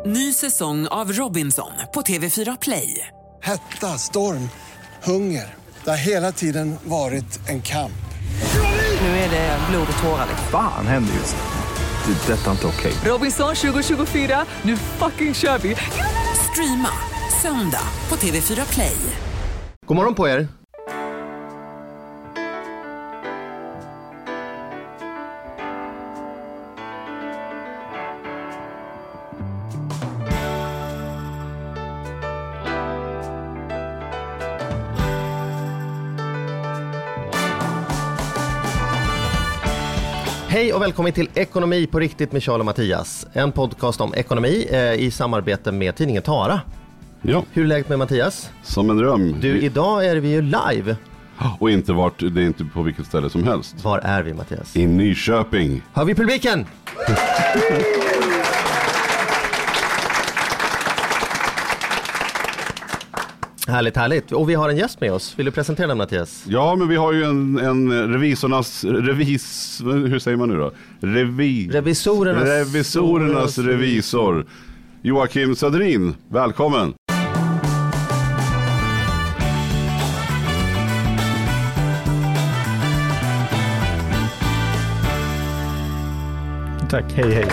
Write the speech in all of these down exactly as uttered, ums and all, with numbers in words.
Ny säsong av Robinson på T V fyra Play. Hetta, storm, hunger. Det har hela tiden varit en kamp. Nu är det blod och tårar. Fan händer just det. Det är detta inte okej. Robinson tjugo tjugofyra, nu fucking kör vi. Streama söndag på T V fyra Play. God morgon på er. Hej och välkommen till Ekonomi på riktigt med Charles och Mattias. En podcast om ekonomi eh, i samarbete med tidningen Tara. Ja. Hur är läget med Mattias? Som en dröm. Du, idag är vi ju live. Och inte vart, det är inte på vilket ställe som helst. Var är vi, Mattias? I Nyköping. Har vi publiken? Härligt, härligt. Och vi har en gäst med oss. Vill du presentera den, Mattias? Ja, men vi har ju en, en revisornas, revis, hur säger man nu då? Revi, Revisorernas, revisorernas revisor. Joakim Söderin, välkommen. Tack, hej hej.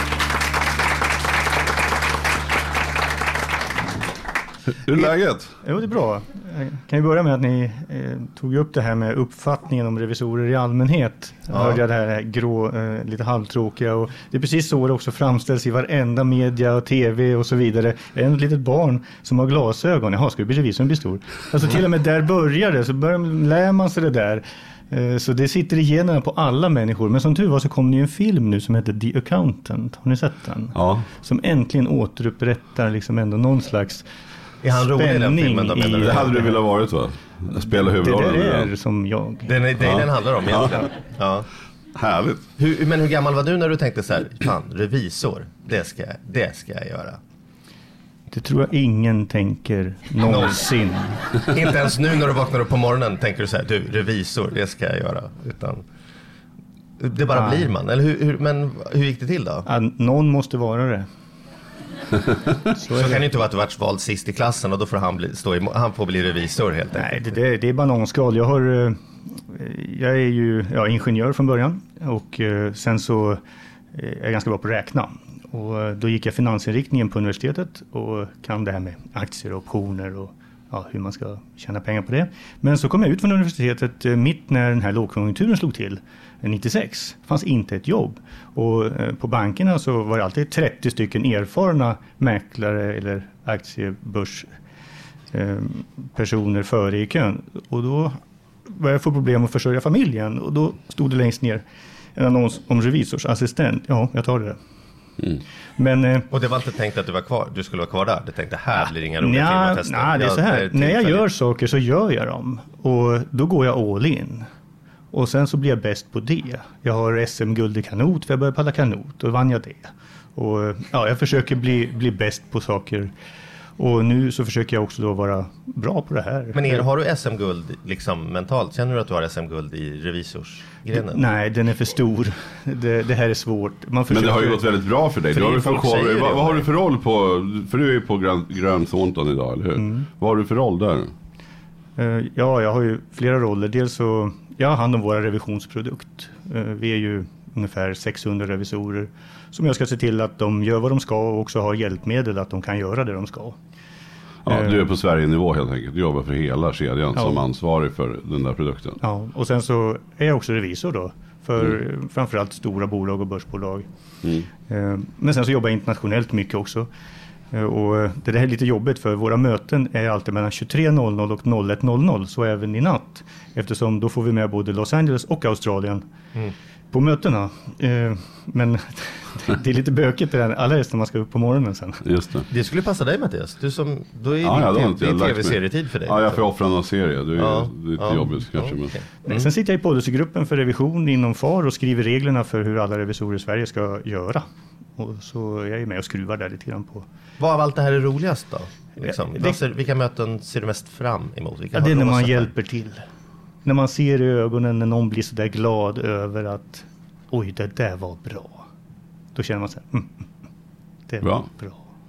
Hur är läget? Jo, det är bra. Jag kan ju börja med att ni eh, tog upp det här med uppfattningen om revisorer i allmänhet. Jag Ja. hörde jag det här grå, eh, lite halvtråkiga. Och det är precis så det också framställs i varenda media och tv och så vidare. En litet barn som har glasögon. Jaha, ska du bli revisor och bli stor? Alltså till och med där börjar det. Så börjar, lär man sig det där. Eh, så det sitter igenom på alla människor. Men som tur var så kom det ju en film nu som heter The Accountant. Har ni sett den? Ja. Som äntligen återupprättar liksom ändå någon slags... Är han rolig i den filmen då, menar du? Det hade du velat varit, va? Spela huvudrollen. Det där i är den. som jag. Den är, det är Ja. den handlar om egentligen. Ja. Härligt. Hur, men hur gammal var du när du tänkte så här, fan, revisor, det ska, det ska jag göra? Det tror jag ingen tänker någonsin. Inte ens nu när du vaknar upp på morgonen tänker du så här, du, revisor, det ska jag göra. Utan det bara Nej. blir man. Eller hur, hur, men hur gick det till då? Ja, någon måste vara det. Så Så är kan det det. inte vara att du varit vald sist i klassen och då får han bli, stå i, han får bli revisor helt Nej, enkelt. det, det, det är bananskal. Jag, har, eh, jag är ju ja, ingenjör från början och eh, sen så eh, är jag ganska bra på att räkna. Och eh, då gick jag finansinriktningen på universitetet och kan det här med aktier och optioner och ja, hur man ska tjäna pengar på det. Men så kom jag ut från universitetet eh, mitt när den här lågkonjunkturen slog till. nittiosex. Det fanns inte ett jobb. Och eh, på bankerna så var det alltid trettio stycken erfarna mäklare eller aktiebörs eh, personer före i kön. Och då började jag få problem att försörja familjen. Och då stod det längst ner en annons om revisorsassistent. Ja, jag tar det. Mm. Men, eh, Och det var inte tänkt att du var kvar, du skulle vara kvar där. Du tänkte, här blir det inga roliga nja, firmatester. nja, det är så här. Ja, När jag tillfälligt. gör saker så gör jag dem. Och då går jag all in. Och sen så blir jag bäst på det. Jag har S M-guld i kanot för jag började paddla kanot. Och vann jag det. Och ja, jag försöker bli, bli bäst på saker. Och nu så försöker jag också då vara bra på det här. Men er, har du S M-guld liksom mentalt? Känner du att du har S M-guld i revisorsgrenen? Nej, den är för stor. Det, det här är svårt. Man Men försöker... det har ju gått väldigt bra för dig. För Du har det ju folk för, säger det vad, om vad har dig. du för roll på, för du är ju på Grön, Grön Thornton idag, eller hur? Mm. Vad har du för roll där? Eh, Ja, jag har ju flera roller. Dels så, jag har hand om våra revisionsprodukt. Eh, Vi är ju ungefär sexhundra revisorer som jag ska se till att de gör vad de ska och också har hjälpmedel att de kan göra det de ska. Ja, Eh. du är på Sverige-nivå helt enkelt. Du jobbar för hela kedjan Ja. som ansvarig för den där produkten. Ja, och sen så är jag också revisor då för mm. framförallt stora bolag och börsbolag. Mm. Eh, Men sen så jobbar jag internationellt mycket också. Eh, Och det där är lite jobbigt för våra möten är alltid mellan tjugotre noll noll och noll ett noll noll, så även i natt. Eftersom då får vi med både Los Angeles och Australien Mm. på mötena. Eh, Men det är lite bökigt det där, alla resten man ska upp på morgonen sen. Just det. Det skulle passa dig, Mattias. Du som, då är Ja, ja, det, då har det, inte det jag är lagt mig. tv-serietid för dig. Ja, jag får offra någon serie. Det är, Ja, det är lite ja, jobbigt kanske. ja, Men... okej. Mm. Sen sitter jag i policygruppen för revision inom F A R och skriver reglerna för hur alla revisorer i Sverige ska göra. Och så är jag med och skruvar där lite grann på. Vad av allt det här är roligast då? Liksom? Ja, det- Vad ser, vilka möten ser du mest fram emot? Vilka Ja, har det är när rosa man färg? hjälper till. När man ser i ögonen när någon blir så där glad över att oj, det där var bra. Då känner man så här, mm, det var Bra. bra.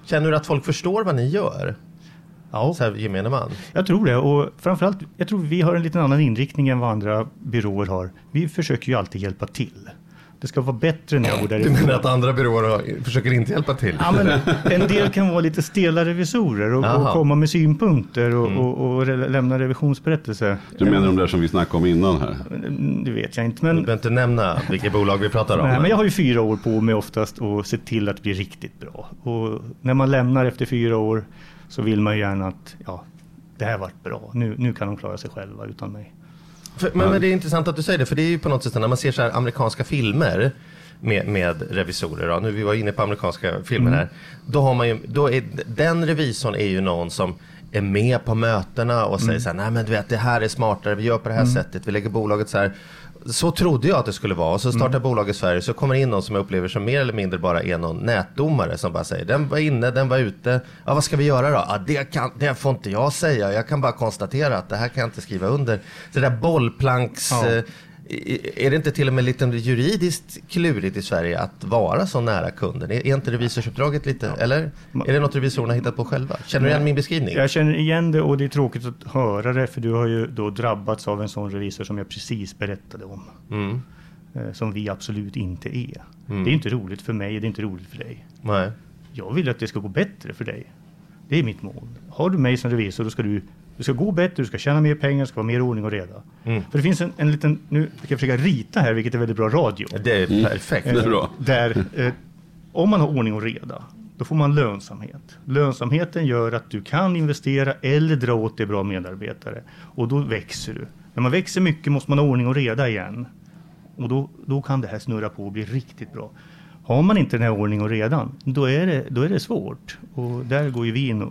Känner du att folk förstår vad ni gör? Ja, så här, gemene man. Jag tror det, och framförallt, jag tror vi har en liten annan inriktning än vad andra byråer har. Vi försöker ju alltid hjälpa till. Det ska vara bättre när jag går därifrån. Du menar att andra byråer har, försöker inte hjälpa till? Ja, men en del kan vara lite stela revisorer och, och komma med synpunkter och, mm. och, och re- lämna revisionsberättelse. Du menar de där som vi snackade om innan här? Det vet jag inte. Men... Du behöver inte nämna vilka bolag vi pratar om. Nej, men jag har ju fyra år på mig oftast och se till att det blir riktigt bra. Och när man lämnar efter fyra år så vill man ju gärna att ja, det här varit bra. Nu, nu kan de klara sig själva utan mig. För, men, men det är intressant att du säger det, för det är ju på något sätt när man ser så här amerikanska filmer med, med revisorer, då, nu vi var inne på amerikanska filmer här, mm. då har man ju, då är, den revisorn är ju någon som är med på mötena och säger mm. så här, nej men du vet, det här är smartare, vi gör på det här mm. sättet, vi lägger bolaget så här. Så trodde jag att det skulle vara, och så startar mm. bolaget i Sverige, så kommer in någon som jag upplever som mer eller mindre bara är någon nätdomare som bara säger, den var inne, den var ute, ja vad ska vi göra då? Ja, det, kan, det får inte jag säga, jag kan bara konstatera att det här kan jag inte skriva under. Så det där bollplanks, ja. eh, är det inte till och med lite juridiskt klurigt i Sverige att vara så nära kunden? Är, är inte revisorsuppdraget lite, ja. eller? Är det något revisorerna hittat på själva? Känner du igen min beskrivning? Jag känner igen det, och det är tråkigt att höra det, för du har ju då drabbats av en sån revisor som jag precis berättade om. Mm. Eh, som vi absolut inte är. Mm. Det är inte roligt för mig, det är inte roligt för dig. Nej. Jag vill att det ska gå bättre för dig. Det är mitt mål. Har du mig som revisor, då ska du Det ska gå bättre, du ska tjäna mer pengar, det ska vara mer ordning och reda. Mm. För det finns en, en liten, nu ska jag försöka rita här, vilket är väldigt bra radio. Det är perfekt. Eh, det är bra. Där, eh, om man har ordning och reda, då får man lönsamhet. Lönsamheten gör att du kan investera eller dra åt dig bra medarbetare. Och då växer du. När man växer mycket måste man ha ordning och reda igen. Och då, då kan det här snurra på och bli riktigt bra. Har man inte den här ordning och redan, då är det, då är det svårt. Och där går ju vi in och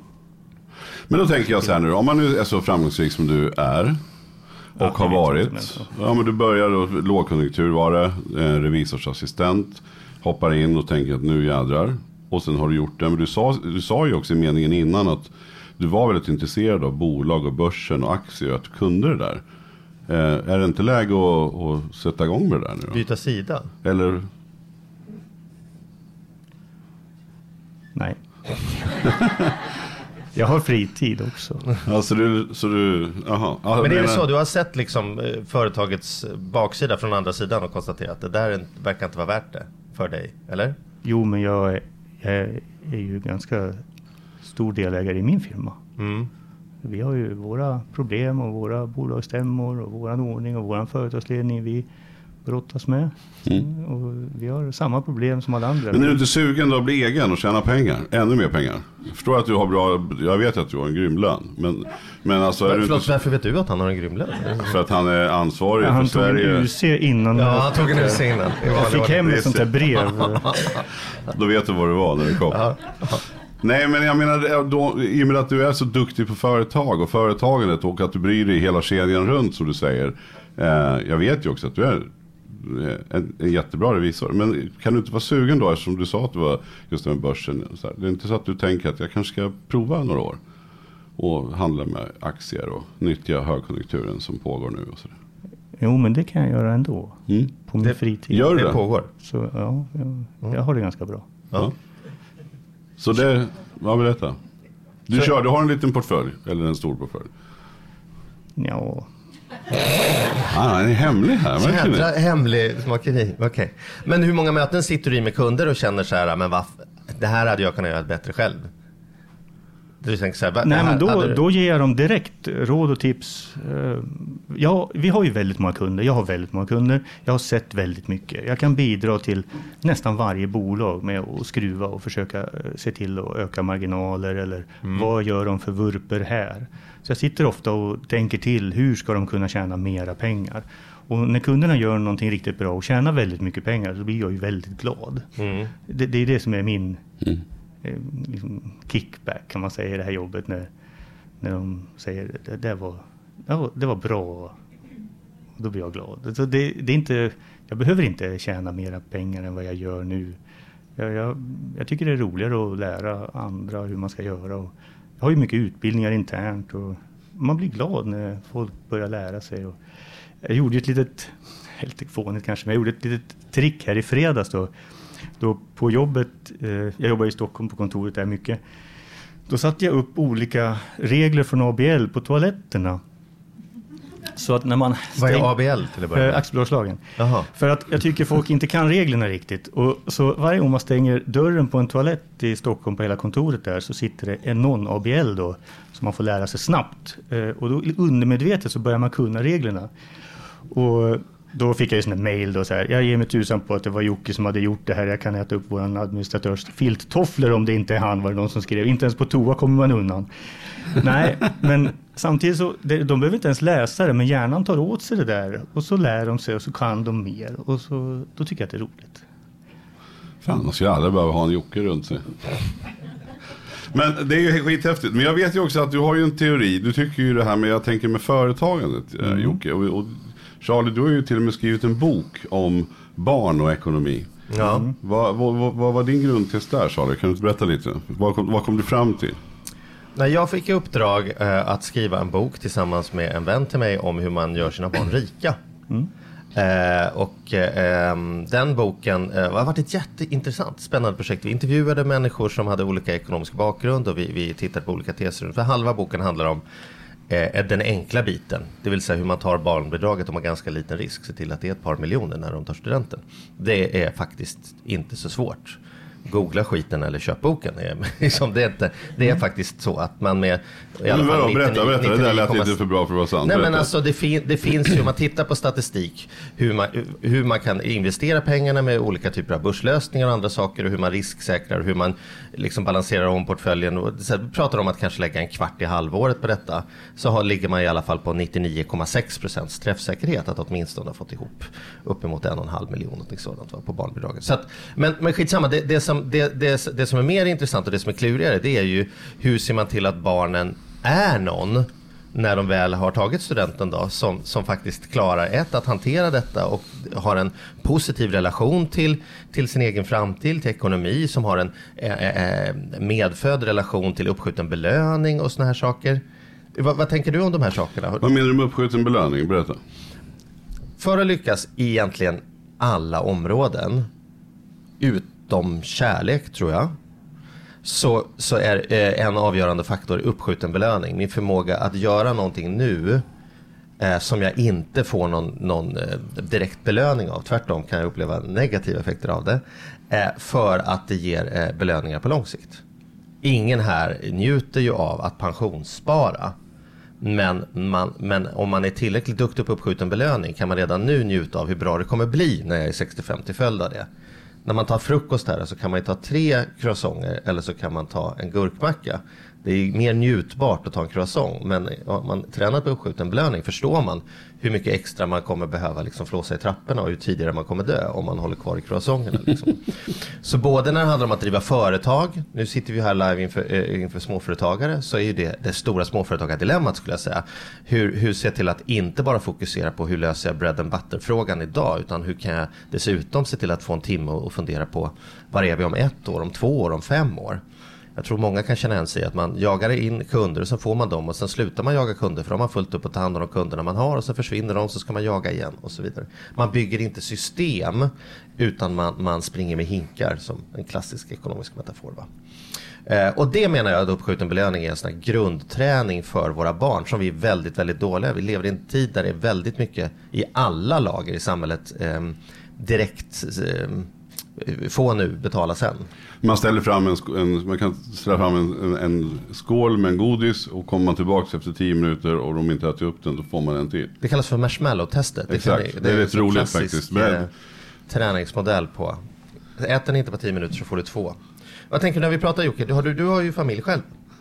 Men då tänker jag så här nu, om man nu är så framgångsrik som du är och ja, har varit, ja men du börjar då, lågkonjunktur var det, eh, revisorsassistent, hoppar in och tänker att nu jädrar, och sen har du gjort det. Men du sa, du sa ju också i meningen innan att du var väldigt intresserad av bolag och börsen och aktier, att du kunde det där. Eh, är det inte läge att, att sätta igång med det där nu då? Byta sida? Eller? Nej. Jag har fritid också. Alltså du, så du, aha. Ah, men är det så, du har sett liksom företagets baksida från andra sidan och konstaterat att det där verkar inte vara värt det för dig, eller? Jo, men jag är, jag är ju ganska stor delägare i min firma. Mm. Vi har ju våra problem och våra bolagsstämmor och våran ordning och våran företagsledning vi brottas med. Mm. Och vi har samma problem som alla andra. Men är du inte sugen då att bli egen och tjäna pengar? Ännu mer pengar? Jag förstår att du har bra, jag vet att du har en grym lön. Men, men alltså... Är Förlåt, inte... varför vet du att han har en grym lön? För att han är ansvarig ja, för Sverige. Han tog en U C innan. Ja, han tog en U C innan. Jag fick hem ett sånt här brev. Då vet du vad det var när det kom. Ja. Nej, men jag menar, då, i och med att du är så duktig på företag och företagandet och att du bryr dig hela kedjan runt, som du säger. Eh, jag vet ju också att du är en, en jättebra revisor. Men kan du inte vara sugen då, eftersom du sa att du var just med börsen. Så här, det är inte så att du tänker att jag kanske ska prova några år och handla med aktier och nyttja högkonjunkturen som pågår nu och så där. Jo, men det kan jag göra ändå. Mm. På min det, fritid. Gör det? Det pågår. Så ja, jag, jag har det ganska bra. Ja. Så det, vad vill detta? Du, kör, du har en liten portfölj, eller en stor portfölj? Ja. Ah, han är hemlig här. Jädra hemlig smakeri, okej. Okay. Men hur många möten sitter du i med kunder och känner så här, men vad, det här hade jag kunnat göra bättre själv? Du tänker så här, nej, här, men då, du... då ger jag dem direkt råd och tips. Ja, vi har ju väldigt många kunder. Jag har väldigt många kunder. Jag har sett väldigt mycket. Jag kan bidra till nästan varje bolag med att skruva och försöka se till att öka marginaler. Eller mm. vad gör de för vurper här? Så jag sitter ofta och tänker till, hur ska de kunna tjäna mera pengar? Och när kunderna gör någonting riktigt bra och tjänar väldigt mycket pengar, så blir jag ju väldigt glad. Mm. Det, det är det som är min... Mm. Liksom kickback kan man säga i det här jobbet, när, när de säger det, det, var, det, var, det var bra, då blir jag glad. Så det, det är inte, jag behöver inte tjäna mera pengar än vad jag gör nu. Jag, jag, jag tycker det är roligare att lära andra hur man ska göra. Och jag har ju mycket utbildningar internt och man blir glad när folk börjar lära sig. Och jag gjorde ett litet, helt fånigt kanske, men jag gjorde ett litet trick här i fredags då. Då på jobbet, eh, jag jobbar i Stockholm på kontoret där mycket. Då satte jag upp olika regler från A B L på toaletterna. Så att när man Vad är A B L till att börja med? Eh, aktiebolagslagen. Jaha. För att jag tycker folk inte kan reglerna riktigt. Och så varje gång man stänger dörren på en toalett i Stockholm på hela kontoret där, så sitter det en någon A B L då som man får lära sig snabbt. Eh, och då undermedvetet så börjar man kunna reglerna. Och då fick jag ju sån mail då så här: jag ger mig tusan på att det var Jocke som hade gjort det här. Jag kan äta upp våran administratörs filttofflor om det inte är han, var det någon som skrev. Inte ens på toa kommer man undan. Nej, men samtidigt så, de, de behöver inte ens läsa det, men hjärnan tar åt sig det där. Och så lär de sig och så kan de mer. Och så, då tycker jag att det är roligt. Fan, man ska aldrig behöva ha en Jocke runt sig. Men det är ju skithäftigt. Men jag vet ju också att du har ju en teori. Du tycker ju det här med, jag tänker med företagandet, mm. Jocke. Och, och Charlie, du har ju till och med skrivit en bok om barn och ekonomi. Ja. Mm. Vad, vad, vad, vad var din grundtest där, Charlie? Kan du berätta lite? Vad kom, vad kom du fram till? Nej, jag fick i uppdrag eh, att skriva en bok tillsammans med en vän till mig om hur man gör sina barn rika. Mm. Eh, och eh, den boken eh, har varit ett jätteintressant, spännande projekt. Vi intervjuade människor som hade olika ekonomisk bakgrund och vi, vi tittade på olika teser. För halva boken handlar om eh, den enkla biten, det vill säga hur man tar barnbidraget om man har ganska liten risk, se till att det är ett par miljoner när de tar studenten. Det är faktiskt inte så svårt. Googla skiten eller köp boken. Liksom det, är inte, det är faktiskt så att man med i alla fall berätta, berätta, berätta. Det där lät inte för bra för att vara sant. Nej, men alltså det, fin, det finns ju, om man tittar på statistik, hur man, hur man kan investera pengarna med olika typer av börslösningar och andra saker, och hur man risksäkrar, hur man liksom balanserar om portföljen. Och så här, vi pratar om att kanske lägga en kvart i halvåret på detta, så har, ligger man i alla fall på nittionio komma sex procent träffsäkerhet att åtminstone ha fått ihop uppemot en och en halv miljon och sådant va, på barnbidraget. Så att, men, men skitsamma, det, det som Det, det, det som är mer intressant och det som är klurigare, det är ju hur ser man till att barnen är någon när de väl har tagit studenten då, som, som faktiskt klarar ett att hantera detta och har en positiv relation till, till sin egen framtid, till ekonomi, som har en eh, medfödd relation till uppskjuten belöning och såna här saker. Vad, vad tänker du om de här sakerna? Vad menar du med uppskjuten belöning? Berätta. För att lyckas i egentligen alla områden ut om kärlek, tror jag, så, så är eh, en avgörande faktor uppskjuten belöning. Min förmåga att göra någonting nu eh, som jag inte får någon, någon eh, direkt belöning av. Tvärtom kan jag uppleva negativa effekter av det, eh, för att det ger eh, belöningar på lång sikt. Ingen här njuter ju av att pensionsspara. Men, man, men om man är tillräckligt duktig på uppskjuten belöning kan man redan nu njuta av hur bra det kommer bli när jag är sextiofem till följd av det. När man tar frukost här så kan man ta tre croissanter eller så kan man ta en gurkmacka. Det är mer njutbart att ta en croissant, men om man tränar på uppskjuten belöning förstår man hur mycket extra man kommer behöva liksom flåsa i trapporna och hur tidigare man kommer dö om man håller kvar i croissanterna. Liksom. Så både när det handlar om att driva företag, nu sitter vi här live inför, äh, inför småföretagare, så är ju det det stora småföretagardilemmat, skulle jag säga. Hur, hur se till att inte bara fokusera på hur löser jag bread and butter-frågan idag, utan hur kan jag dessutom se till att få en timme och fundera på vad är vi om ett år, om två år, om fem år. Jag tror många kan känna igen sig att man jagar in kunder och så får man dem och sen slutar man jaga kunder för de har fullt upp att ta hand om de kunderna man har och så försvinner de, så ska man jaga igen och så vidare. Man bygger inte system utan man, man springer med hinkar, som en klassisk ekonomisk metafor, va? Eh, och det menar jag att uppskjuten belöning är en sån här grundträning för våra barn som vi är väldigt, väldigt dåliga. Vi lever i en tid där det är väldigt mycket i alla lager i samhället eh, direkt eh, få nu, betala sen. Man ställer fram en, en man kan ställa fram en, en, en skål med en godis och kommer man tillbaka efter tio minuter och de inte äter upp den, då får man en till. Det kallas för marshmallow-testet. Exakt, det, det är rätt roligt faktiskt. Men träningsmodell på. Äter den inte på tio minuter så får du två. Vad tänker du när vi pratar, Jocke? Du har, du, du har ju familj själv.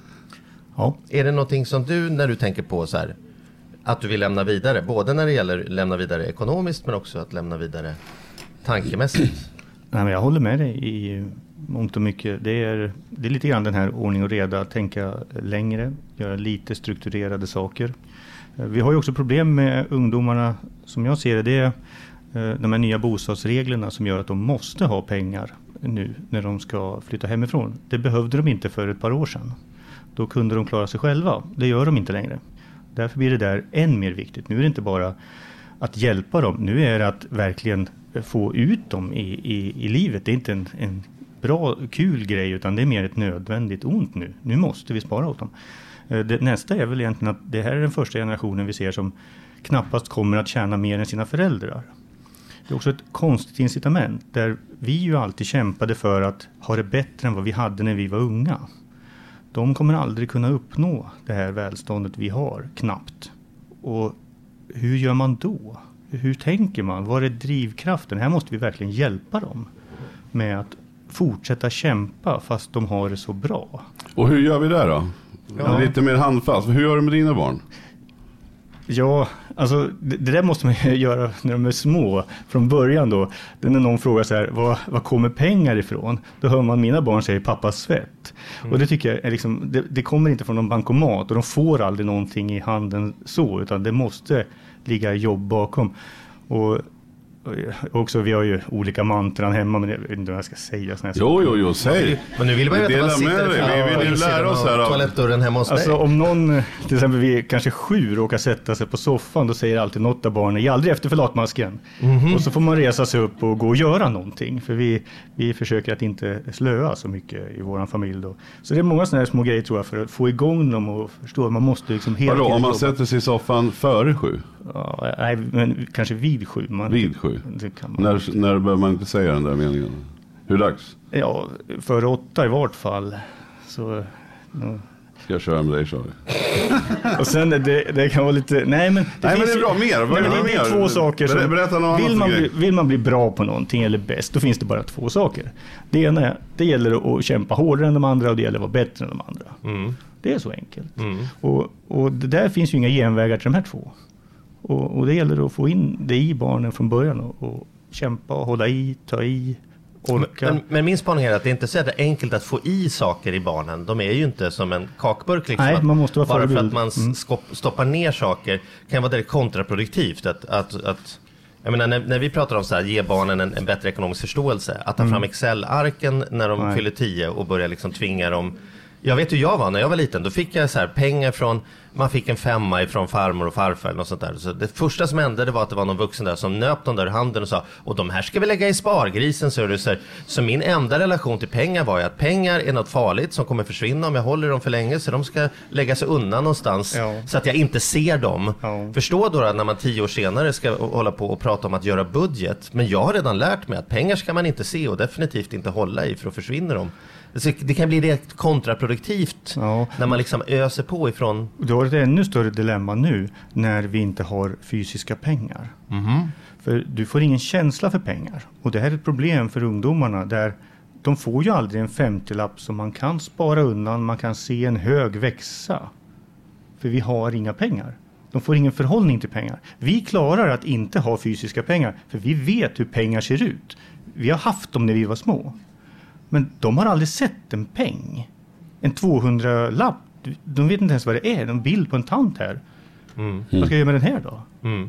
Ja. Är det någonting som du, när du tänker på så här, att du vill lämna vidare, både när det gäller lämna vidare ekonomiskt men också att lämna vidare tankemässigt? Nej, men jag håller med dig i mångt och mycket. Det är, det är lite grann den här ordning och reda, tänka längre, göra lite strukturerade saker. Vi har ju också problem med ungdomarna, som jag ser det, det är de här nya bostadsreglerna som gör att de måste ha pengar nu när de ska flytta hemifrån. Det behövde de inte för ett par år sedan. Då kunde de klara sig själva. Det gör de inte längre. Därför blir det där än mer viktigt. Nu är det inte bara att hjälpa dem. Nu är det att verkligen få ut dem i, i, i livet. Det är inte en, en bra, kul grej, utan det är mer ett nödvändigt ont nu. Nu måste vi spara åt dem. Det, nästa är väl egentligen att det här är den första generationen vi ser som knappast kommer att tjäna mer än sina föräldrar. Det är också ett konstigt incitament där vi ju alltid kämpade för att ha det bättre än vad vi hade när vi var unga. De kommer aldrig kunna uppnå det här välståndet vi har, knappt. Och hur gör man då? Hur tänker man? Vad är drivkraften? Här måste vi verkligen hjälpa dem med att fortsätta kämpa fast de har det så bra. Och hur gör vi det då? Ja. Lite mer handfast. Hur gör du med dina barn? Ja, alltså det, det där måste man göra när de är små från början då. Det är när någon frågar så här, vad, vad kommer pengar ifrån? Då hör man mina barn säga pappas svett. Mm. Och det tycker jag är liksom, det, det kommer inte från någon bankomat och de får aldrig någonting i handen så, utan det måste ligga jobb bakom. Och också, vi har ju olika mantran hemma, men jag vet inte vad jag ska säga. Jo, jo, jo, säg. Men nu vill man ju veta vad man sitter för. Vi vill ju lära oss här. Toalettdörren hemma hos alltså, dig. Om någon, till exempel vi kanske sju råkar sätta sig på soffan, då säger alltid något av barnen, ge aldrig efter förlatmasken. Mm-hmm. Och så får man resa sig upp och gå och göra någonting. För vi, vi försöker att inte slöa så mycket i våran familj då. Så det är många sådana här små grejer tror jag för att få igång dem och förstå att man måste liksom hela Vadå, om man jobba. Sätter sig i soffan före sju? Ja, nej, men kanske vid sju. Man, vid sju? Kan man. När, när bör man inte säga den där meningen? Hur dags? Ja, före åtta i vart fall. Så... Ja. Ska jag köra med dig, Charlie? Och sen det, det kan vara lite... Nej, men det, nej, men det är bra. Ju, Mer. Nej, men det, det är två saker. Som, Berätta något vill, man bli, vill man bli bra på någonting eller bäst, då finns det bara två saker. Det ena är, det gäller att kämpa hårdare än de andra och det gäller att vara bättre än de andra. Mm. Det är så enkelt. Mm. Och, och det där finns ju inga genvägar till de här två. Och, och det gäller att få in det i barnen från början och, och kämpa och hålla i, ta i, orka. Men, men min spaning är att det inte är så enkelt att få i saker i barnen. De är ju inte som en kakburk. Liksom. Nej, man måste vara bara förebild. för att man mm. stoppar ner saker kan vara direkt kontraproduktivt. Att, att, att, jag menar, när, när vi pratar om så här, ge barnen en, en bättre ekonomisk förståelse. Att ta mm. fram Excel-arken när de Nej. fyller tio och börja liksom tvinga dem. Jag vet hur jag var när jag var liten. Då fick jag så här pengar från, man fick en femma ifrån farmor och farfar eller något sånt där. Så det första som hände det var att det var någon vuxen där som nöp dem där i handen och sa, och de här ska vi lägga i spargrisen. Så, det så, här. Så min enda relation till pengar var ju att pengar är något farligt som kommer försvinna om jag håller dem för länge. Så de ska lägga sig undan någonstans ja. så att jag inte ser dem. Ja. Förstå då när man tio år senare ska hålla på och prata om att göra budget. Men jag har redan lärt mig att pengar ska man inte se och definitivt inte hålla i för att försvinna dem. Så det kan bli direkt kontraproduktivt ja. när man liksom öser på ifrån... Du har ett ännu större dilemma nu när vi inte har fysiska pengar. Mm-hmm. För du får ingen känsla för pengar. Och det här är ett problem för ungdomarna där de får ju aldrig en femtiolapp som man kan spara undan. Man kan se en hög växa. För vi har inga pengar. De får ingen förhållning till pengar. Vi klarar att inte ha fysiska pengar. För vi vet hur pengar ser ut. Vi har haft dem när vi var små. Men de har aldrig sett en peng. En tvåhundralapp. De vet inte ens vad det är. En bild på en tant här. Mm. Vad ska jag göra med den här då? Mm.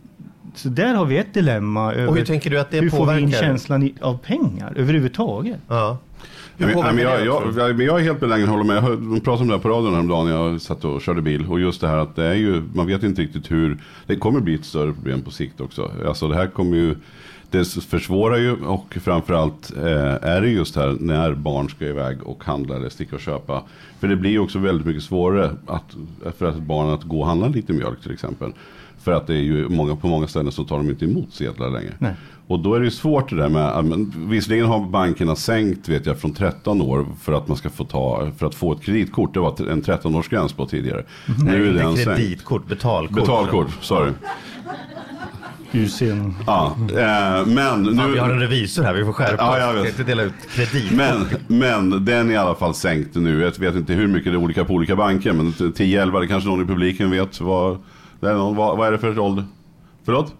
Så där har vi ett dilemma. Över och hur tänker du att det hur påverkar? Hur får vi in känslan i, av pengar överhuvudtaget? Ja. Men, men, jag, jag, jag, men jag är helt benägen att hålla med. Jag pratade om det här på radion häromdagen när jag satt och körde bil. Och just det här att det är ju, man vet inte riktigt hur, det kommer bli ett större problem på sikt också. Alltså det här kommer ju, det försvårar ju och framförallt eh, är det just här när barn ska iväg och handla eller sticka och köpa. För det blir ju också väldigt mycket svårare att, för att barn att gå och handla lite mjölk till exempel. För att det är ju många, på många ställen så tar de inte emot sedlar längre. Nej. Och då är det ju svårt det där med, men, visserligen har bankerna sänkt vet jag från tretton år för att man ska få ta, för att få ett kreditkort. Det var en tretton-årsgräns på tidigare. Mm. Nu är det en kreditkort, betalkort. Betalkort, sorry. Usen. Ja, eh, men nu... Ja, vi har en revisor här, vi får skärpa ja, jag vet. inte dela ut kredit. Men, men den är i alla fall sänkt nu. Jag vet inte hur mycket det är olika på olika banker, men tio elva, det kanske någon i publiken vet vad, det är någon, vad, vad är det för ålder? Förlåt?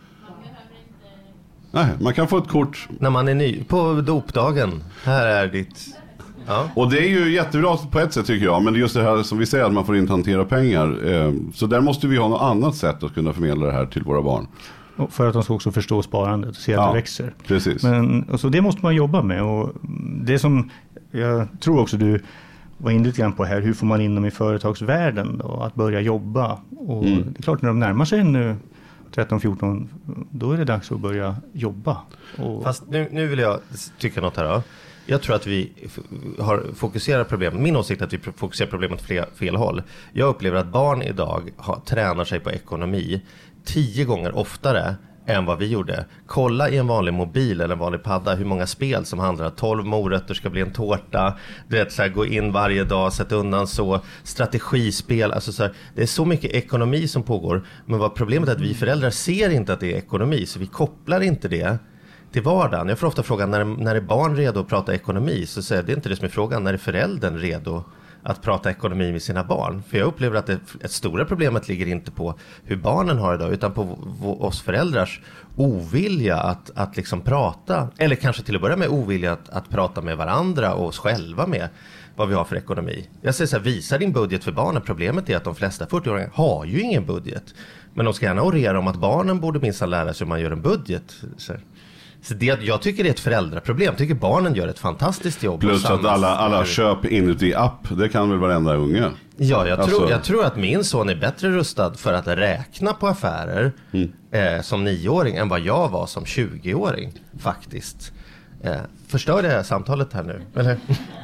Nej, man kan få ett kort. När man är ny, på dopdagen. Här är ditt... Ja. Och det är ju jättebra på ett sätt tycker jag. Men just det här som vi säger att man får inte hantera pengar. Eh, så där måste vi ha något annat sätt att kunna förmedla det här till våra barn. Och för att de ska också förstå sparandet och se att ja, det växer. Precis. Men, och så det måste man jobba med. Och det som jag tror också du var in lite grann på här. Hur får man in dem i företagsvärlden då? Att börja jobba. Och mm. det är klart när de närmar sig nu tretton fjorton, då är det dags att börja jobba. Och... Fast nu, nu vill jag tycka något här då. Jag tror att vi har fokuserat problemet, min åsikt är att vi fokuserar problemet fel, fel håll. Jag upplever att barn idag har, tränar sig på ekonomi tio gånger oftare än vad vi gjorde. Kolla i en vanlig mobil eller en vanlig padda hur många spel som handlar om att tolv morötter ska bli en tårta. Du vet, så här, gå in varje dag, sätta undan så. Strategispel, alltså så här, det är så mycket ekonomi som pågår. Men vad problemet är att vi föräldrar ser inte att det är ekonomi, så vi kopplar inte det till vardagen. Jag får ofta frågan, när, när är barn redo att prata ekonomi? Så säger jag, det är inte det som är frågan. När är föräldern redo att prata ekonomi med sina barn? För jag upplever att det ett stora problemet ligger inte på hur barnen har idag, utan på v- oss föräldrars ovilja att, att liksom prata, eller kanske till att börja med ovilja att, att prata med varandra och oss själva med vad vi har för ekonomi. Jag säger så här, visa din budget för barnen. Problemet är att de flesta fyrtioåringar har ju ingen budget. Men de ska gärna orera om att barnen borde minst lära sig hur man gör en budget. Så Så det, jag tycker det är ett föräldraproblem. Jag tycker barnen gör ett fantastiskt jobb. Plus att alla, alla köp inuti app, det kan väl varenda unge. Ja, jag, alltså... tror, jag tror att min son är bättre rustad för att räkna på affärer mm. eh, som nioåring än vad jag var som tjugoåring, faktiskt. Eh, förstör det här samtalet här nu, eller?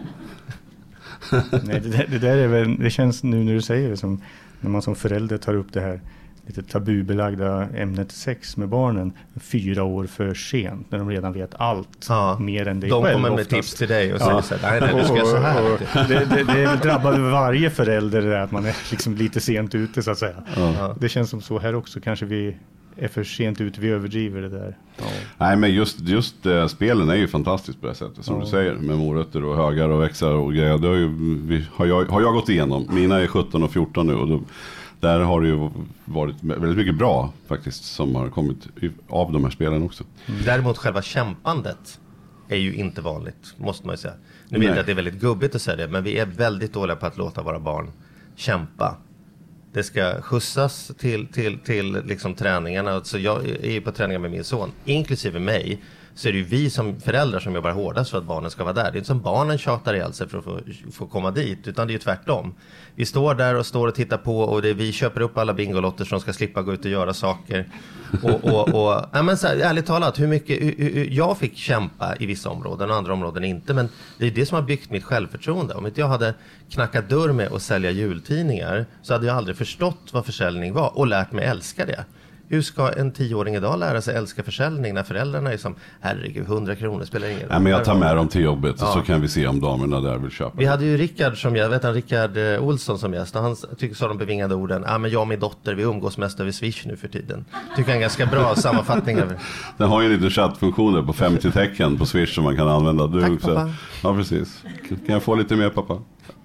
Nej, det, där, det där är väl, det känns nu när du säger det som när man som förälder tar upp det här lite tabubelagda ämnet sex med barnen fyra år för sent, när de redan vet allt, ja, mer än dig de själv. De kommer med oftast tips till dig och säger ja. så här, nej, nej, du ska göra så här. Och, och, det, det, det drabbar varje förälder där, att man är liksom lite sent ute, så att säga. Ja. Det känns som så här också, kanske vi är för sent ute, vi överdriver det där. Ja. Nej, men just, just uh, spelen är ju fantastiskt på det sättet, som ja. du säger, med morötter och högar och växlar och grejer. Det har, ju, vi, har, jag, har jag gått igenom. Mina är sjutton och fjorton nu, och då där har det ju varit väldigt mycket bra faktiskt som har kommit av de här spelen också. Mm. Däremot själva kämpandet är ju inte vanligt, måste man ju säga. Nu vet jag att det är väldigt gubbigt att säga det, men vi är väldigt dåliga på att låta våra barn kämpa. Det ska skjutsas till, till, till liksom träningarna. Så jag är ju på träningar med min son, inklusive mig. Så är det ju vi som föräldrar som jobbar hårdast för att barnen ska vara där. Det är inte som barnen tjatar ihjäl sig för att få, få komma dit, utan det är ju tvärtom. Vi står där och står och tittar på, och det är, vi köper upp alla bingolotter som ska slippa gå ut och göra saker. Och, och, och ja, men så här, ärligt talat, hur mycket hur, hur, jag fick kämpa i vissa områden och andra områden inte. Men det är det som har byggt mitt självförtroende. Om inte jag hade knackat dörr med att sälja jultidningar, så hade jag aldrig förstått vad försäljning var och lärt mig älska det. Hur ska en tioåring idag lära sig älska försäljning när föräldrarna är som, herregud, hundra kronor spelar ingen roll. Ja, men jag tar med dem till jobbet, ja. Så kan vi se om damerna där vill köpa. Vi hade ju Rickard som jag vet, han Rickard Olsson som gäst, och han tycker så de bevingade orden, ja, men jag och min dotter, vi umgås mest över Swish nu för tiden. Tycker jag en ganska bra sammanfattning över. Den har ju lite chattfunktioner på femtio tecken på Swish som man kan använda. Du, Tack, pappa. Så, ja, precis. Kan jag få lite mer, pappa?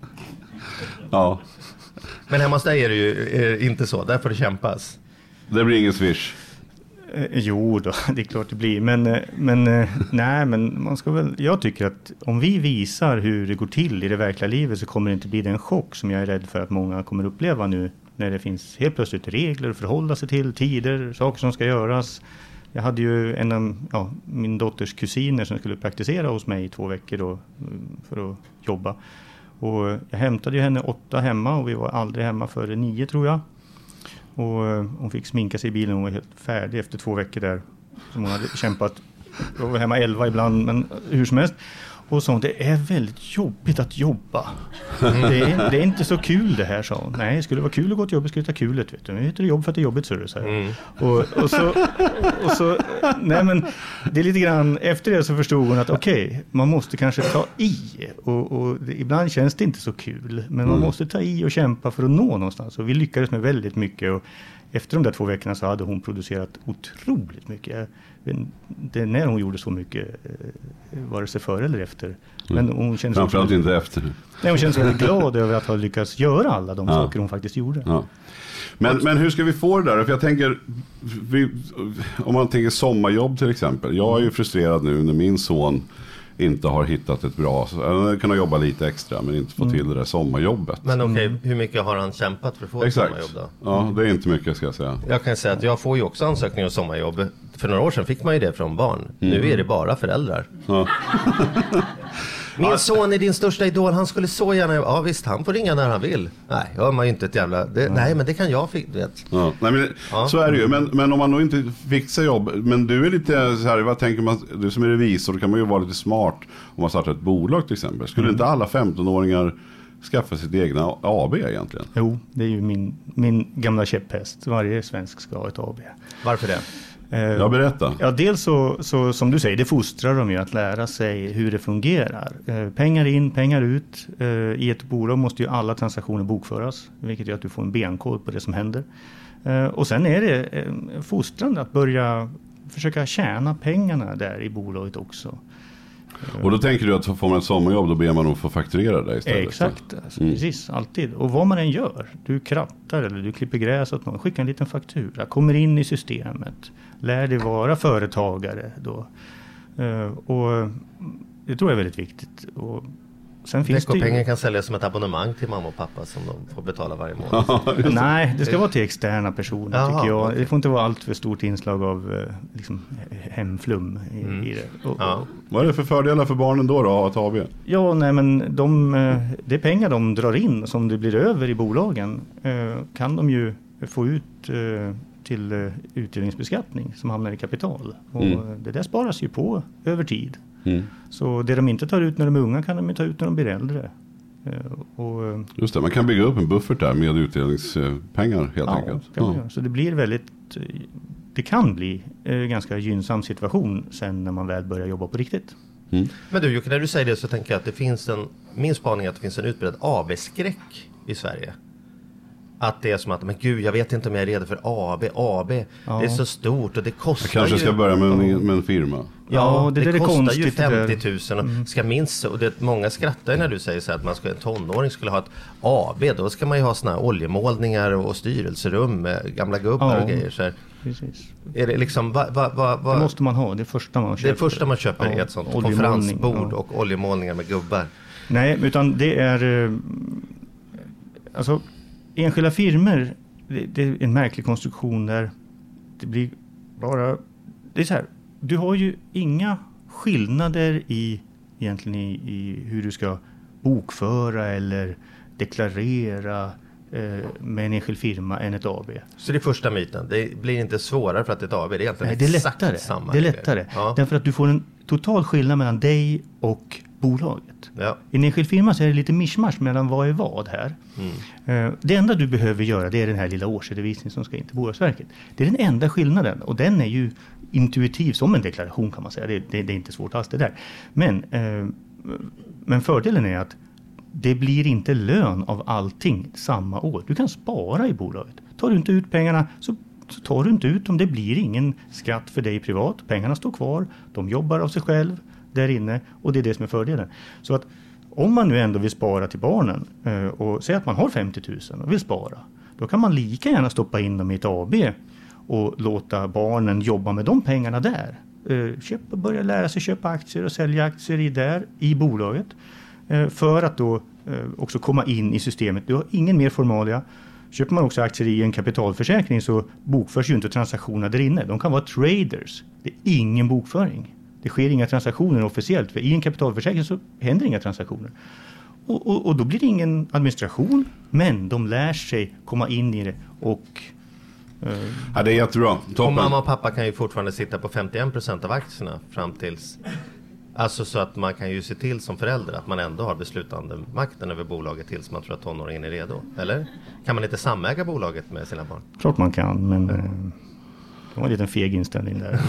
Ja. Men hemma hos dig är det ju inte så, där får det kämpas. Det blir ingen Swish. Eh, jo då, det är klart det blir. Men, men nej, men man ska väl, jag tycker att om vi visar hur det går till i det verkliga livet, så kommer det inte bli den chock som jag är rädd för att många kommer uppleva nu. När det finns helt plötsligt regler att förhålla sig till, tider, saker som ska göras. Jag hade ju en av ja, min dotters kusiner som skulle praktisera hos mig i två veckor då, för att jobba. Och jag hämtade ju henne åtta hemma, och vi var aldrig hemma före nio, tror jag. Och hon fick sminka sig i bilen, hon var helt färdig efter två veckor där. Som hon hade kämpat. Jag var hemma elva ibland, men hur som helst. Och så, det är väldigt jobbigt att jobba. Mm. Det, är, det är inte så kul det här, sa hon. Nej, det skulle vara kul att gå till jobbet, skulle ta kulet, vet du. Men heter det jobb för att det är jobbigt, så är det så här. Mm. Och, och, så, och så, nej men, det är lite grann, efter det så förstod hon att okej, okay, man måste kanske ta i. Och, och det, ibland känns det inte så kul, men man mm. måste ta i och kämpa för att nå någonstans. Och vi lyckades med väldigt mycket, och efter de där två veckorna så hade hon producerat otroligt mycket. Det, när hon gjorde så mycket, vare sig före eller efter. Men hon kände framförallt inte efter. Nej, hon kände sig väldigt glad över att ha lyckats göra alla de ja. saker hon faktiskt gjorde. Ja. Men, men hur ska vi få det där? För jag tänker, vi, om man tänker sommarjobb till exempel. Jag är ju frustrerad nu när min son inte har hittat ett bra, han kan jobba lite extra men inte få mm. till det där sommarjobbet. Men okej, okay, hur mycket har han kämpat för att få Exakt. ett sommarjobb då? Ja, det är inte mycket, ska jag säga. Jag kan säga att jag får ju också ansökningar om sommarjobb. För några år sedan fick man ju det från barn. Mm. Nu är det bara föräldrar. Ja. Min son är din största idol, han skulle så gärna... Ja visst, han får ringa när han vill. Nej, jag har ju inte ett jävla... Det, mm. Nej, men det kan jag fick, vet. Ja, nej, men, ja. Så är det ju. Men, men om man nog inte fixar jobb... Men du är lite så här, vad tänker man... Du som är revisor, då kan man ju vara lite smart om man startar ett bolag till exempel. Skulle mm. inte alla femtonåringar skaffa sitt egna A B egentligen? Jo, det är ju min, min gamla käpphäst. Varje svensk ska ha ett A B. Varför det? Jag berättar. Ja, dels så, så som du säger, det fostrar de ju att lära sig hur det fungerar. Eh, pengar in, pengar ut. Eh, I ett bolag måste ju alla transaktioner bokföras, vilket gör att du får en benkoll på det som händer. Eh, och sen är det eh, fostrande att börja försöka tjäna pengarna där i bolaget också. Och då tänker du att får man ett sommarjobb, då ber man att få fakturera det istället? Exakt, alltså, mm. precis, alltid. Och vad man än gör, du krattar eller du klipper gräs åt någon, skicka en liten faktura, kommer in i systemet, lär dig vara företagare då. Uh, och det tror jag är väldigt viktigt. Och sen finns det ju... pengar kan säljas som ett abonnemang till mamma och pappa som de får betala varje månad. Nej, det ska vara till externa personer. Jaha, tycker jag. Okay. Det får inte vara allt för stort inslag av liksom, hemflum i, mm. i det. Och, ja. och, vad är det för fördelar för barnen då då att A B? Ja, nej men de, det är pengar de drar in som det blir över i bolagen kan de ju få ut till utdelningsbeskattning som hamnar i kapital. Och mm. det där sparas ju på över tid. Mm. Så det de inte tar ut när de är unga kan de ta ut när de blir äldre. Och, just det, man kan bygga upp en buffert där med utdelningspengar helt ja, enkelt. Kan man göra. Så det blir väldigt, det kan bli en ganska gynnsam situation sen när man väl börjar jobba på riktigt. Mm. Men du Jocke, när du säger det så tänker jag att det finns en, min spaning är att det finns en utbredd A B-skräck i Sverige. Att det är som att, men gud, jag vet inte om jag är redo för A B. A B, ja. Det är så stort och det kostar ju... Jag kanske ska ju... börja med en, med en firma. Ja, ja det, det, det kostar konstigt, ju femtio tusen och mm. ska minst, och det, många skrattar när du säger så att man ska, en tonåring skulle ha ett A B, då ska man ju ha såna här oljemålningar och styrelserum med gamla gubbar ja, och grejer så här. Precis. Är det liksom, va, va, va, va? Det måste man ha, det första man köper. Det första man köper ja, är ett sånt konferensbord ja. Och oljemålningar med gubbar. Nej, utan det är alltså enskilda firmer. Det, det är en märklig konstruktion där det blir bara... Det är så här, du har ju inga skillnader i egentligen i, i hur du ska bokföra eller deklarera eh, med en enskild firma än ett A B. Så det är första myten. Det blir inte svårare för att det är ett A B. Det är egentligen Nej, det är exakt lättare. samma. Det är lättare. Ja. Därför att du får en total skillnad mellan dig och bolaget. Ja. I en enskild firma så är det lite mischmasch mellan vad är vad här. Mm. Det enda du behöver göra det är den här lilla årsredovisningen som ska in till Bolagsverket. Det är den enda skillnaden och den är ju intuitiv som en deklaration kan man säga. Det, det, det är inte svårt alls det där. Men, eh, men fördelen är att det blir inte lön av allting samma år. Du kan spara i bolaget. Tar du inte ut pengarna så så tar du inte ut dem. Det blir ingen skatt för dig privat. Pengarna står kvar. De jobbar av sig själv där inne. Och det är det som är fördelen. Så att om man nu ändå vill spara till barnen och säga att man har femtio tusen och vill spara. Då kan man lika gärna stoppa in dem i ett A B och låta barnen jobba med de pengarna där. Köpa, börja lära sig köpa aktier och sälja aktier i där i bolaget. För att då också komma in i systemet. Du har ingen mer formalia. Köper man också aktier i en kapitalförsäkring så bokförs ju inte transaktioner där inne. De kan vara traders. Det är ingen bokföring. Det sker inga transaktioner officiellt. För i en kapitalförsäkring så händer inga transaktioner. Och, och, och då blir det ingen administration. Men de lär sig komma in i det. Och, eh, ja, det är jättebra. Toppen. Och mamma och pappa kan ju fortfarande sitta på femtioen procent av aktierna fram tills... Alltså så att man kan ju se till som förälder att man ändå har beslutande makten över bolaget tills man tror att tonåringen är redo. Eller? Kan man inte samäga bolaget med sina barn? Klart man kan, men mm. det var en liten feg inställning där.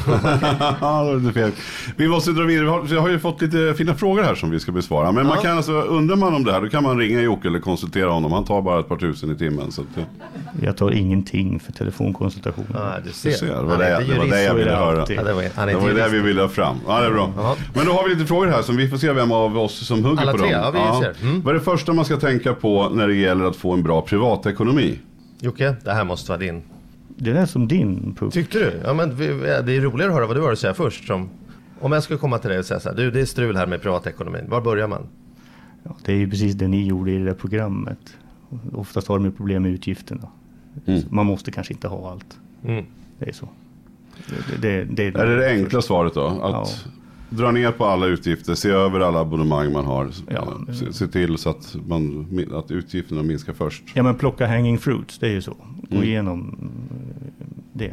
Ja, det var lite feg. Vi måste dra vidare. Vi har ju fått lite fina frågor här som vi ska besvara. Men ja. man kan alltså, undrar man om det här, då kan man ringa Jocke eller konsultera honom. Han tar bara ett par tusen i timmen. Så att, ja. Jag tar ingenting för telefonkonsultation. Ja, du ser. Du ser. Det var det, det, var det jag ville höra. Ja, det var, det var det vi ville ha fram. Ja, det är bra. Ja. Men då har vi lite frågor här som vi får se vem av oss som hugger Alla på tre, dem. Ja, vi ja. ser. Mm. Vad är det första man ska tänka på när det gäller att få en bra privatekonomi? Jocke, det här måste vara din. Det är som din puck. Tyckte du? Ja, men det är roligare att höra vad du har att säga först. Som, om jag skulle komma till dig och säga så här, du, det är strul här med privatekonomin. Var börjar man? Ja, det är ju precis det ni gjorde i det där programmet. Oftast har de ju problem med utgifterna. Mm. Man måste kanske inte ha allt. Mm. Det är så. Det, det, det, det, är det det enkla svaret då? Att ja. dra ner på alla utgifter, se över alla abonnemang man har. Ja. Se, se till så att, man, att utgifterna minskar först. Ja, men plocka hanging fruits, det är ju så. Gå Mm. igenom det.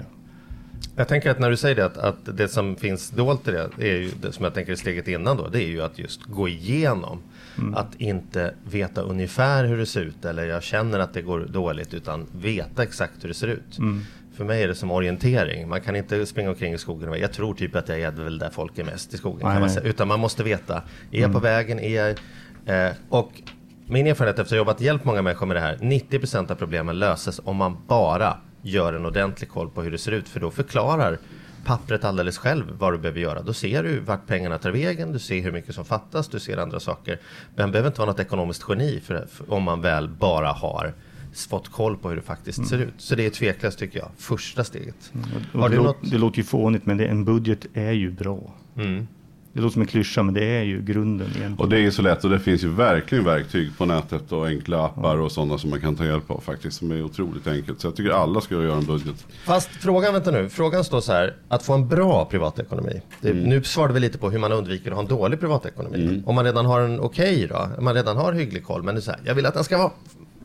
Jag tänker att när du säger det, att, att det som finns dolt i det, är ju det som jag tänker är steget innan då, det är ju att just gå igenom. Mm. Att inte veta ungefär hur det ser ut, eller jag känner att det går dåligt, utan veta exakt hur det ser ut. Mm. För mig är det som orientering. Man kan inte springa omkring i skogen och jag tror typ att jag är väl där folk är mest i skogen. Kan man säga. Utan man måste veta, är jag mm. på vägen, är jag... Eh, och min erfarenhet efter att jag jobbat hjälpt många människor med det här, nittio procent av problemen löses om man bara gör en ordentlig koll på hur det ser ut. För då förklarar pappret alldeles själv vad du behöver göra. Då ser du vart pengarna tar vägen, du ser hur mycket som fattas, du ser andra saker. Men man behöver inte vara något ekonomiskt geni för, för, om man väl bara har fått koll på hur det faktiskt mm. ser ut. Så det är tveklöst tycker jag, första steget. Mm. Har det, du något... det låter ju fånigt, men det, en budget är ju bra. Mm. Det låter som en klyscha, men det är ju grunden egentligen. Och det är ju så lätt, och det finns ju verkligen verktyg på nätet och enkla appar ja. och sådana som man kan ta hjälp av faktiskt, som är otroligt enkelt. Så jag tycker alla ska göra en budget. Fast frågan, vänta nu, frågan står så här, att få en bra privatekonomi. Det, mm. Nu svarade vi lite på hur man undviker att ha en dålig privatekonomi. Mm. Om man redan har en okej okay då, om man redan har hygglig koll, men det är så här, jag vill att den ska vara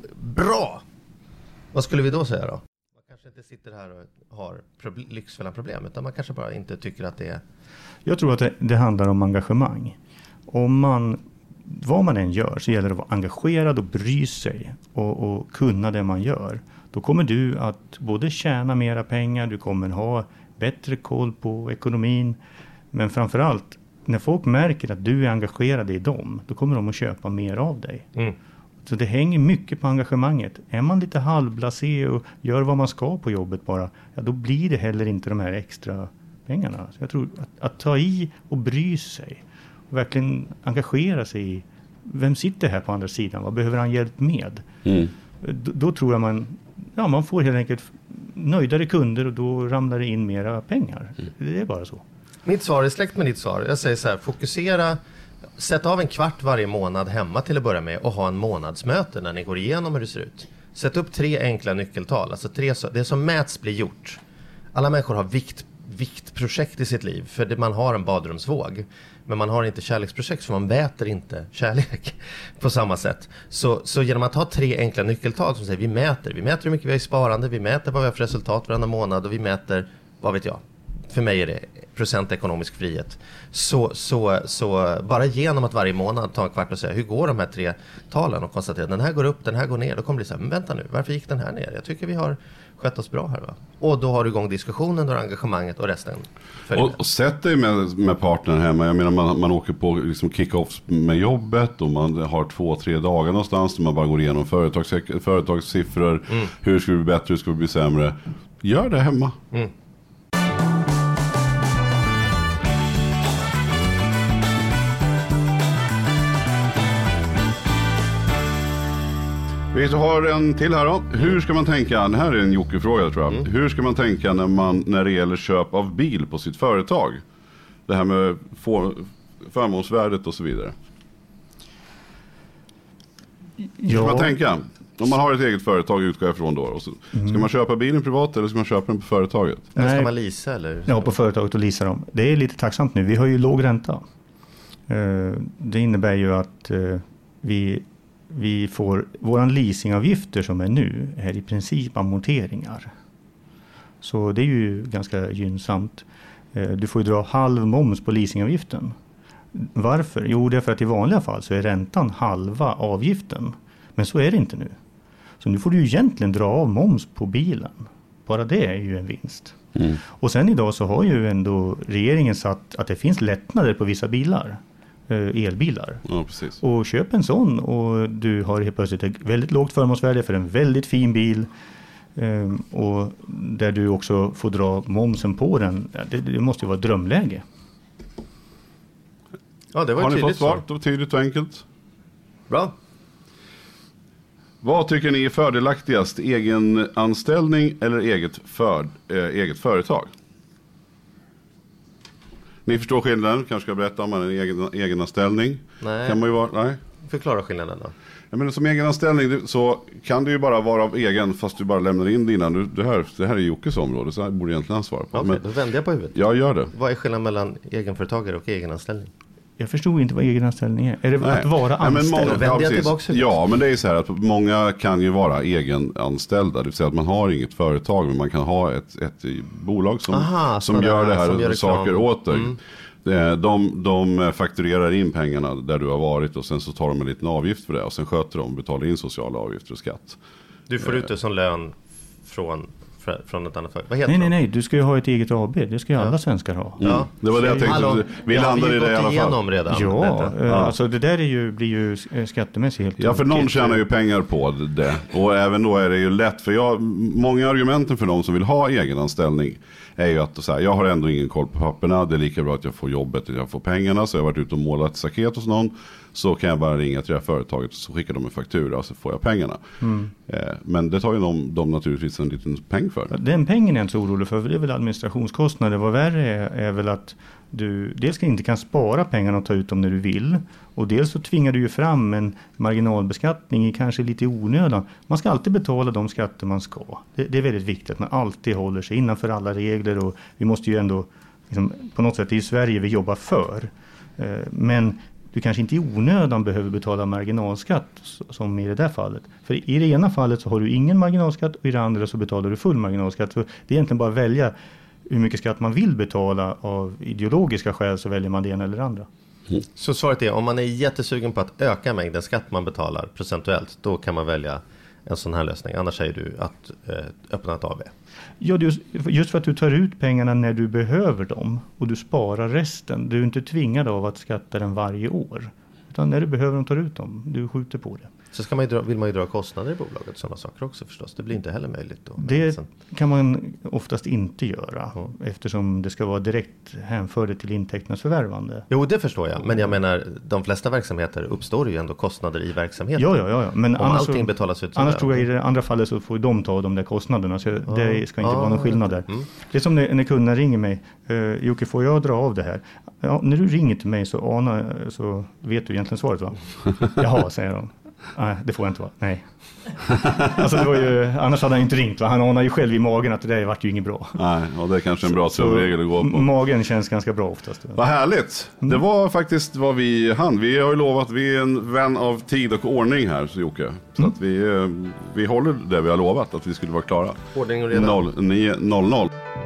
bra. Vad skulle vi då säga då? Man kanske inte sitter här och har proble- lyxfulla problem, utan man kanske bara inte tycker att det är... Jag tror att det, det handlar om engagemang. Om man, vad man än gör, så gäller det att vara engagerad och bry sig och, och kunna det man gör. Då kommer du att både tjäna mera pengar, du kommer ha bättre koll på ekonomin. Men framförallt, när folk märker att du är engagerad i dem, då kommer de att köpa mer av dig. Mm. Så det hänger mycket på engagemanget. Är man lite halvblasé och gör vad man ska på jobbet bara, ja, då blir det heller inte de här extra pengarna. Så jag tror att, att ta i och bry sig och verkligen engagera sig i vem sitter här på andra sidan, vad behöver han hjälp med? Mm. Då, då tror jag man, ja, man får helt enkelt nöjdare kunder och då ramlar det in mera pengar. Mm. Det är bara så. Mitt svar är släkt med ditt svar. Jag säger så här, fokusera. Sätt av en kvart varje månad hemma till att börja med och ha en månadsmöte när ni går igenom hur det ser ut. Sätt upp tre enkla nyckeltal. Alltså tre, det som mäts blir gjort. Alla människor har vikt, viktprojekt i sitt liv för det, man har en badrumsvåg. Men man har inte kärleksprojekt för man mäter inte kärlek på samma sätt. Så, så genom att ha tre enkla nyckeltal som säger vi mäter. Vi mäter hur mycket vi har i sparande, vi mäter vad vi har för resultat varenda månad och vi mäter, vad vet jag. För mig är det procent ekonomisk frihet. Så, så, så bara genom att varje månad ta en kvart och säga hur går de här tre talen och konstatera den här går upp, den här går ner. Då kommer det så här, men vänta nu, varför gick den här ner? Jag tycker vi har skött oss bra här va? Och då har du igång diskussionen, då har engagemanget och resten följer och, och sätt dig med, med partnern hemma. Jag menar man, man åker på liksom kick-offs med jobbet och man har två, tre dagar någonstans där man bara går igenom företags, företagssiffror. Mm. Hur ska vi bli bättre, hur ska vi bli sämre? Gör det hemma. Mm. Vi har en till här då. Hur ska man tänka, det här är en Jocke-fråga tror jag. Mm. Hur ska man tänka när, man, när det gäller köp av bil på sitt företag? Det här med för, förmånsvärdet och så vidare. Hur ska ja. man tänka? Om man har ett eget företag utgår jag från då. Och så, mm. Ska man köpa bilen privat eller ska man köpa den på företaget? Eller ska man leasa? Eller? Ja, på företaget och leasa dem. Det är lite tacksamt nu. Vi har ju låg ränta. Det innebär ju att vi... Vi får, våran leasingavgifter som är nu är i princip amorteringar. Så det är ju ganska gynnsamt. Du får ju dra halv moms på leasingavgiften. Varför? Jo, det är för att i vanliga fall så är räntan halva avgiften. Men så är det inte nu. Så nu får du ju egentligen dra av moms på bilen. Bara det är ju en vinst. Mm. Och sen idag så har ju ändå regeringen satt att det finns lättnader på vissa bilar. Elbilar. Ja, precis. Och köp en sån och du har helt plötsligt ett väldigt lågt förmånsvärde för en väldigt fin bil um, och där du också får dra momsen på den. Det, det måste ju vara ett drömläge. Ja, det var har ni fått svar. Det var tydligt och enkelt. Bra. Vad tycker ni är fördelaktigast? Egen anställning eller eget, för, äh, eget företag? Ni förstår skillnaden, kanske ska berätta om man är en egen, egen anställning. Nej. Kan man ju vara, nej. Förklara skillnaden då. Jag menar, som egenanställning så kan det ju bara vara av egen, fast du bara lämnar in dina. Du, det, här, det här är Jockes område, så här borde egentligen han svara på. Okej, okay, då vänder jag på huvudet. Jag gör det. Vad är skillnaden mellan egenföretagare och egenanställning? Jag förstod inte vad egenanställning är. Är det Nej. att vara anställd? Nej, men många, ja, ja, men det är så här att många kan ju vara egenanställda. Det vill säga att man har inget företag, men man kan ha ett, ett bolag som, Aha, som gör det här som gör saker åt dig. Mm. De, de fakturerar in pengarna där du har varit och sen så tar de en liten avgift för det och sen sköter de och betalar in sociala avgifter och skatt. Du får ut det som lön från, från ett annat företag. Vad heter nej, nej, de? nej. Du ska ju ha ett eget A B. Det ska ju alla svenskar ha. Mm. Ja. Det var det jag tänkte. Hallå, vi landade i det i alla fall. Redan, ja, ja, alltså det där är ju, blir ju skattemässigt helt. Ja, för någon tjänar ju pengar på det. Och även då är det ju lätt. För jag, många argumenten för de som vill ha egenanställning är ju att så här, jag har ändå ingen koll på papperna. Det är lika bra att jag får jobbet och jag får pengarna. Så jag har varit ute och målat staket hos någon. Så kan jag bara ringa till det här företaget och så skickar de en faktura och så får jag pengarna. Mm. Eh, men det tar ju de, de naturligtvis en liten peng för. Den pengen är jag inte så orolig för, för det är väl administrationskostnader. Vad värre är, är väl att du dels inte kan spara pengarna och ta ut dem när du vill. Och dels så tvingar du ju fram en marginalbeskattning i kanske lite onödan. Man ska alltid betala de skatter man ska. Det, det är väldigt viktigt att man alltid håller sig innanför alla regler. Och vi måste ju ändå, liksom, på något sätt, det är ju Sverige vi jobbar för. Eh, men du kanske inte i onödan behöver betala marginalskatt som i det där fallet. För i det ena fallet så har du ingen marginalskatt och i det andra så betalar du full marginalskatt. Så det är egentligen bara att välja hur mycket skatt man vill betala. Av ideologiska skäl så väljer man det ena eller det andra. Mm. Så svaret är, om man är jättesugen på att öka mängden skatt man betalar procentuellt, då kan man välja en sån här lösning. Annars säger du att eh, öppna ett A B. Ja, just för att du tar ut pengarna när du behöver dem och du sparar resten. Du är inte tvingad av att skatta den varje år. Utan när du behöver dem tar ut dem. Du skjuter på det. Så ska man ju dra, vill man ju dra kostnader i bolaget, sådana saker också förstås. Det blir inte heller möjligt då. Det kan man oftast inte göra. Mm. Eftersom det ska vara direkt hänförligt till intäkternas förvärvande. Jo, det förstår jag. Men jag menar, de flesta verksamheter uppstår ju ändå kostnader i verksamheten. Ja, ja, ja. Men om annars allting så, betalas ut. Annars tror jag i det andra fallet så får de ta de där kostnaderna. Så mm. det ska inte mm. vara någon skillnad där. Mm. Det är som när, när kunderna ringer mig. Uh, Jocke, får jag dra av det här? Ja, när du ringer till mig så, ana, så vet du egentligen svaret, va? Jaha, säger de. Nej, det får jag inte vara. Nej. Alltså det var ju, annars hade han inte ringt, va? Han anar ju själv i magen att det där vart ju inget bra. Nej, och det är kanske en bra tumregel att gå på. Magen känns ganska bra oftast. Vad härligt. Det var faktiskt vad vi hann. Vi har ju lovat, vi är en vän av tid och ordning här, så Jocke. Så mm. att vi, vi håller det vi har lovat, att vi skulle vara klara. Ordning och reda. nio noll noll.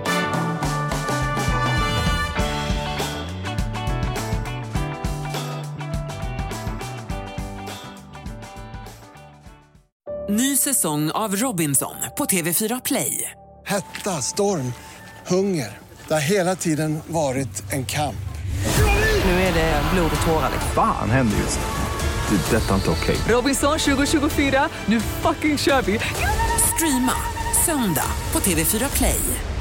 Ny säsong av Robinson på T V fyra Play. Hetta, storm, hunger. Det har hela tiden varit en kamp. Nu är det blod och tårar. Fan händer just det. Det är detta inte okej. Okay. Robinson tjugo tjugofyra, nu fucking kör vi. Streama söndag på T V fyra Play.